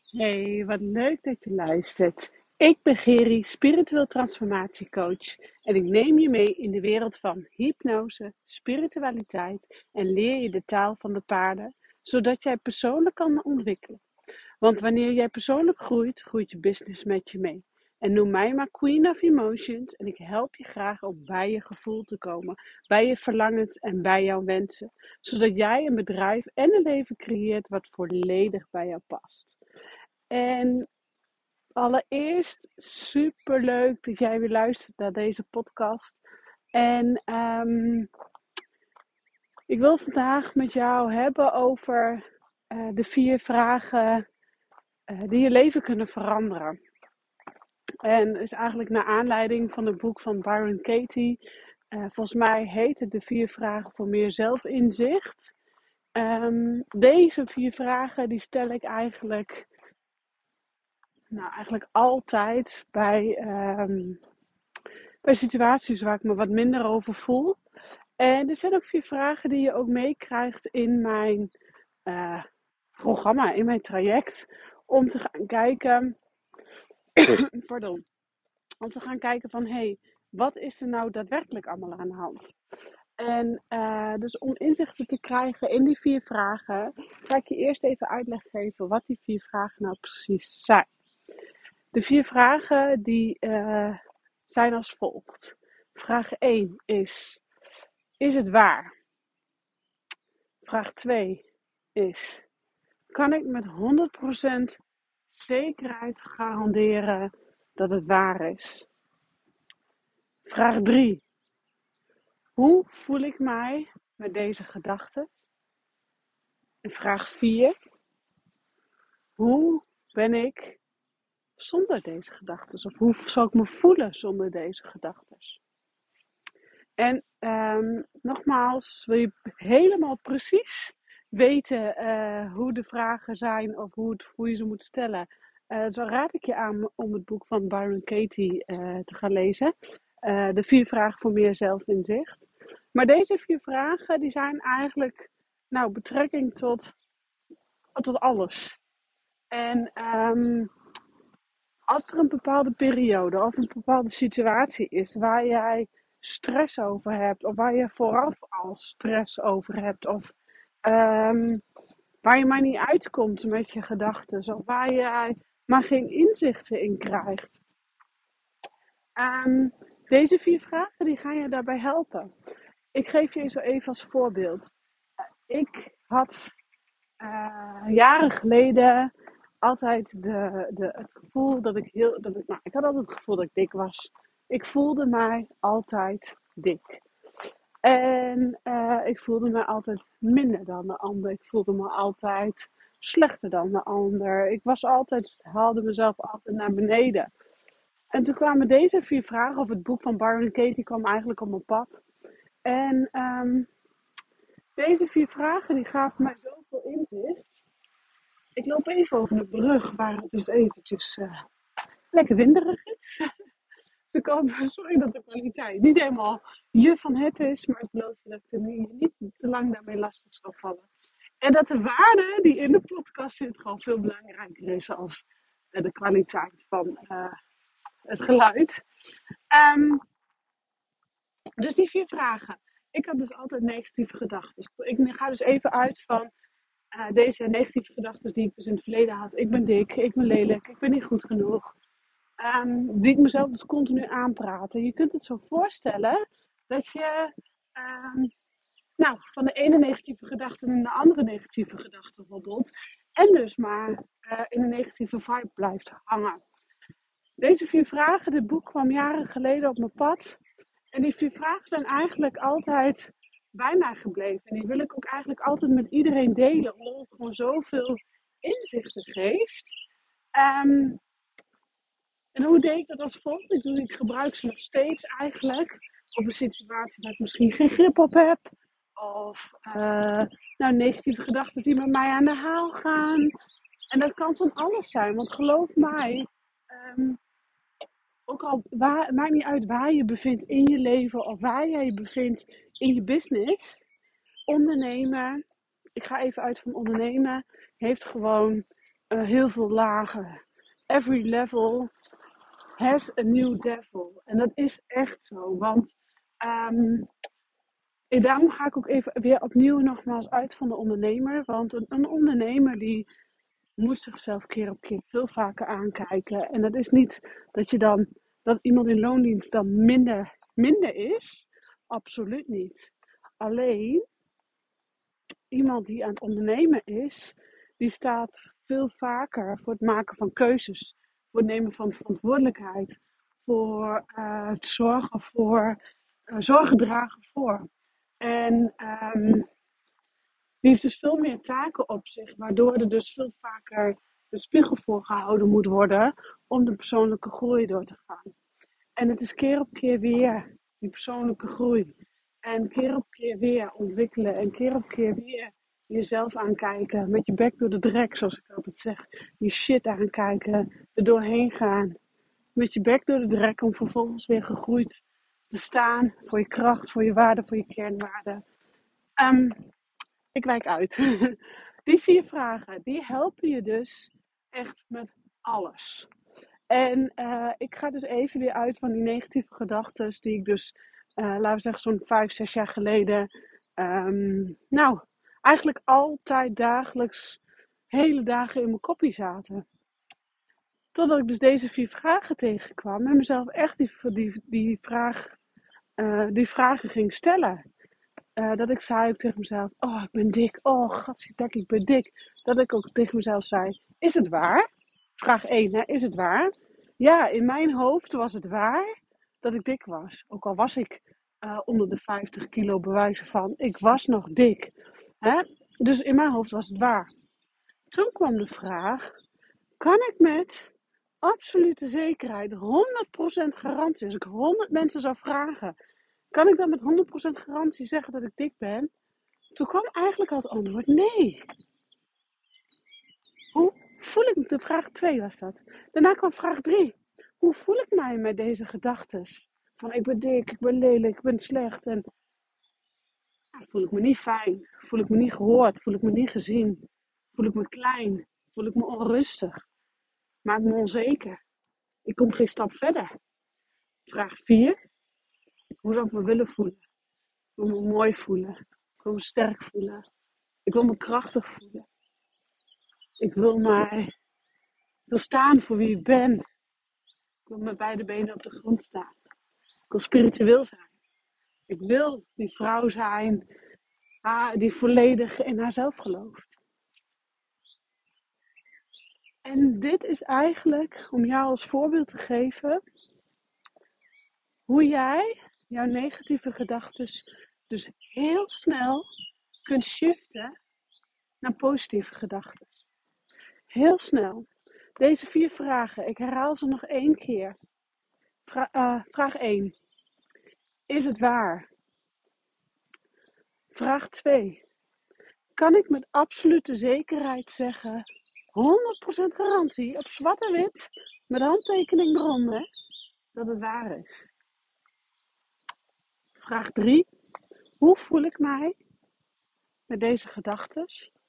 Hey, wat leuk dat je luistert. Ik ben Geri, spiritueel transformatiecoach en ik neem je mee in de wereld van hypnose, spiritualiteit en leer je de taal van de paarden, zodat jij persoonlijk kan ontwikkelen. Want wanneer jij persoonlijk groeit, groeit je business met je mee. En noem mij maar Queen of Emotions en ik help je graag om bij je gevoel te komen, bij je verlangens en bij jouw wensen, zodat jij een bedrijf en een leven creëert wat volledig bij jou past. En allereerst super leuk dat jij weer luistert naar deze podcast. En ik wil vandaag met jou hebben over de 4 vragen die je leven kunnen veranderen. En is eigenlijk naar aanleiding van het boek van Byron Katie. Volgens mij heet het de 4 vragen voor meer zelfinzicht. Deze 4 vragen die stel ik eigenlijk altijd bij situaties waar ik me wat minder over voel. En er zijn ook 4 vragen die je ook meekrijgt in mijn programma, in mijn traject. Om te gaan kijken, pardon, om te gaan kijken van hey, wat is er nou daadwerkelijk allemaal aan de hand? En dus om inzichten te krijgen in die 4 vragen, ga ik je eerst even uitleg geven wat die 4 vragen nou precies zijn. De 4 vragen die zijn als volgt. Vraag 1 is het waar? Vraag 2 is, kan ik met 100% zekerheid garanderen dat het waar is? Vraag 3, hoe voel ik mij met deze gedachten? En vraag 4, hoe ben ik zonder deze gedachten? Of hoe zal ik me voelen zonder deze gedachten? En nogmaals, wil je helemaal precies weten hoe de vragen zijn of hoe je ze moet stellen, zo raad ik je aan om het boek van Byron Katie te gaan lezen. De 4 vragen voor meer zelfinzicht. Maar deze 4 vragen die zijn eigenlijk betrekking tot alles. En als er een bepaalde periode of een bepaalde situatie is waar jij stress over hebt, of waar je vooraf al stress over hebt, of waar je maar niet uitkomt met je gedachten, of waar je maar geen inzichten in krijgt. Deze 4 vragen die gaan je daarbij helpen. Ik geef je zo even als voorbeeld. Ik had jaren geleden altijd het gevoel dat ik ik had altijd het gevoel dat ik dik was. Ik voelde mij altijd dik. En ik voelde me altijd minder dan de ander. Ik voelde me altijd slechter dan de ander. Haalde mezelf altijd naar beneden. En toen kwamen deze 4 vragen, of het boek van Byron Katie kwam eigenlijk op mijn pad. En deze 4 vragen die gaven mij zoveel inzicht. Ik loop even over de brug waar het dus eventjes lekker winderig is. Sorry dat de kwaliteit niet helemaal je van het is, maar ik beloof je dat ik er niet te lang daarmee lastig zal vallen. En dat de waarde die in de podcast zit gewoon veel belangrijker is als de kwaliteit van het geluid. Dus die 4 vragen. Ik had dus altijd negatieve gedachten. Ik ga dus even uit van deze negatieve gedachten die ik dus in het verleden had. Ik ben dik, ik ben lelijk, ik ben niet goed genoeg. Die ik mezelf dus continu aanpraten. Je kunt het zo voorstellen dat je van de ene negatieve gedachte naar de andere negatieve gedachte hobbelt. En dus maar in een negatieve vibe blijft hangen. Deze 4 vragen, dit boek kwam jaren geleden op mijn pad. En die 4 vragen zijn eigenlijk altijd bij mij gebleven. En die wil ik ook eigenlijk altijd met iedereen delen. Omdat het gewoon zoveel inzichten geeft. En hoe deed ik dat als volgt? Ik gebruik ze nog steeds eigenlijk op een situatie waar ik misschien geen grip op heb. Of negatieve gedachten die met mij aan de haal gaan. En dat kan van alles zijn. Want geloof mij, het maakt niet uit waar je bevindt in je leven of waar jij je bevindt in je business. Ondernemen, ik ga even uit van ondernemen, heeft gewoon heel veel lagen. Every level has a new devil. En dat is echt zo. Want daarom ga ik ook even weer opnieuw nogmaals uit van de ondernemer. Want een ondernemer die moet zichzelf keer op keer veel vaker aankijken. En dat is niet dat iemand in loondienst dan minder is. Absoluut niet. Alleen iemand die aan het ondernemen is, die staat veel vaker voor het maken van keuzes, voor het nemen van verantwoordelijkheid, voor het zorgen dragen voor. En die heeft dus veel meer taken op zich, waardoor er dus veel vaker de spiegel voor gehouden moet worden om de persoonlijke groei door te gaan. En het is keer op keer weer die persoonlijke groei. En keer op keer weer ontwikkelen. En keer op keer weer jezelf aankijken. Met je bek door de drek, zoals ik altijd zeg. Die shit aankijken. Er doorheen gaan. Met je bek door de drek om vervolgens weer gegroeid te staan. Voor je kracht, voor je waarde, voor je kernwaarden. Ik wijk uit. Die 4 vragen, die helpen je dus echt met alles. En ik ga dus even weer uit van die negatieve gedachten die ik dus, laten we zeggen zo'n 5, 6 jaar geleden, eigenlijk altijd dagelijks hele dagen in mijn koppie zaten. Totdat ik dus deze 4 vragen tegenkwam en mezelf echt die vragen ging stellen. Dat ik zei ook tegen mezelf, oh ik ben dik, oh gadverdak ik ben dik. Dat ik ook tegen mezelf zei, is het waar? Vraag 1, hè, is het waar? Ja, in mijn hoofd was het waar dat ik dik was. Ook al was ik onder de 50 kilo bewijzen van, ik was nog dik. Hè? Dus in mijn hoofd was het waar. Toen kwam de vraag, kan ik met absolute zekerheid, 100% garantie, als ik 100 mensen zou vragen, kan ik dan met 100% garantie zeggen dat ik dik ben? Toen kwam eigenlijk al het antwoord nee. Hoe voel ik me? De vraag 2 was dat. Daarna kwam vraag 3. Hoe voel ik mij met deze gedachten? Van ik ben dik, ik ben lelijk, ik ben slecht. En voel ik me niet fijn? Voel ik me niet gehoord? Voel ik me niet gezien? Voel ik me klein? Voel ik me onrustig? Maak me onzeker? Ik kom geen stap verder. Vraag 4. Hoe zou ik me willen voelen? Ik wil me mooi voelen. Ik wil me sterk voelen. Ik wil me krachtig voelen. Ik wil staan voor wie ik ben. Ik wil met beide benen op de grond staan. Ik wil spiritueel zijn. Ik wil die vrouw zijn die volledig in haarzelf gelooft. En dit is eigenlijk, om jou als voorbeeld te geven, hoe jij jouw negatieve gedachten dus heel snel kunt shiften naar positieve gedachten. Heel snel. Deze 4 vragen, ik herhaal ze nog 1 keer. Vraag 1. Is het waar? Vraag 2. Kan ik met absolute zekerheid zeggen, 100% garantie, op zwart en wit, met handtekening eronder, dat het waar is? Vraag 3. Hoe voel ik mij met deze gedachten?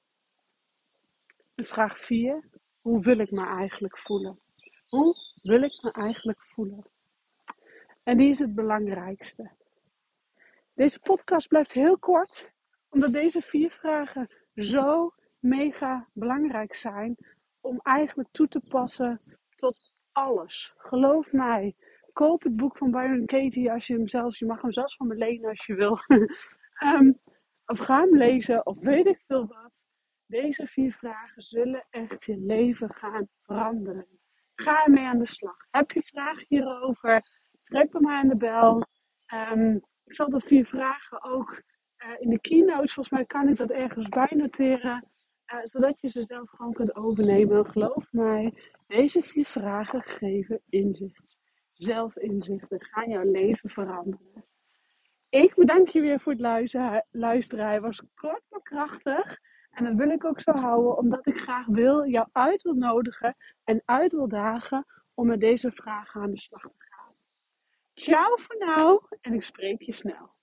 En vraag 4. Hoe wil ik me eigenlijk voelen? Hoe wil ik me eigenlijk voelen? En die is het belangrijkste. Deze podcast blijft heel kort, omdat deze 4 vragen zo mega belangrijk zijn om eigenlijk toe te passen tot alles. Geloof mij, koop het boek van Byron Katie als je mag hem zelfs van me lenen als je wil. Of ga hem lezen, of weet ik veel wat. Deze 4 vragen zullen echt je leven gaan veranderen. Ga ermee aan de slag. Heb je vragen hierover? Trek bij mij aan de bel. Ik zal de 4 vragen ook in de keynotes, volgens mij kan ik dat ergens bij noteren. Zodat je ze zelf gewoon kunt overnemen. Geloof mij, deze 4 vragen geven inzicht. Zelfinzichten gaan jouw leven veranderen. Ik bedank je weer voor het luisteren. Hij was kort maar krachtig. En dat wil ik ook zo houden, omdat ik graag jou uit wil nodigen en uit wil dagen om met deze vragen aan de slag te gaan. Ciao voor nou en ik spreek je snel.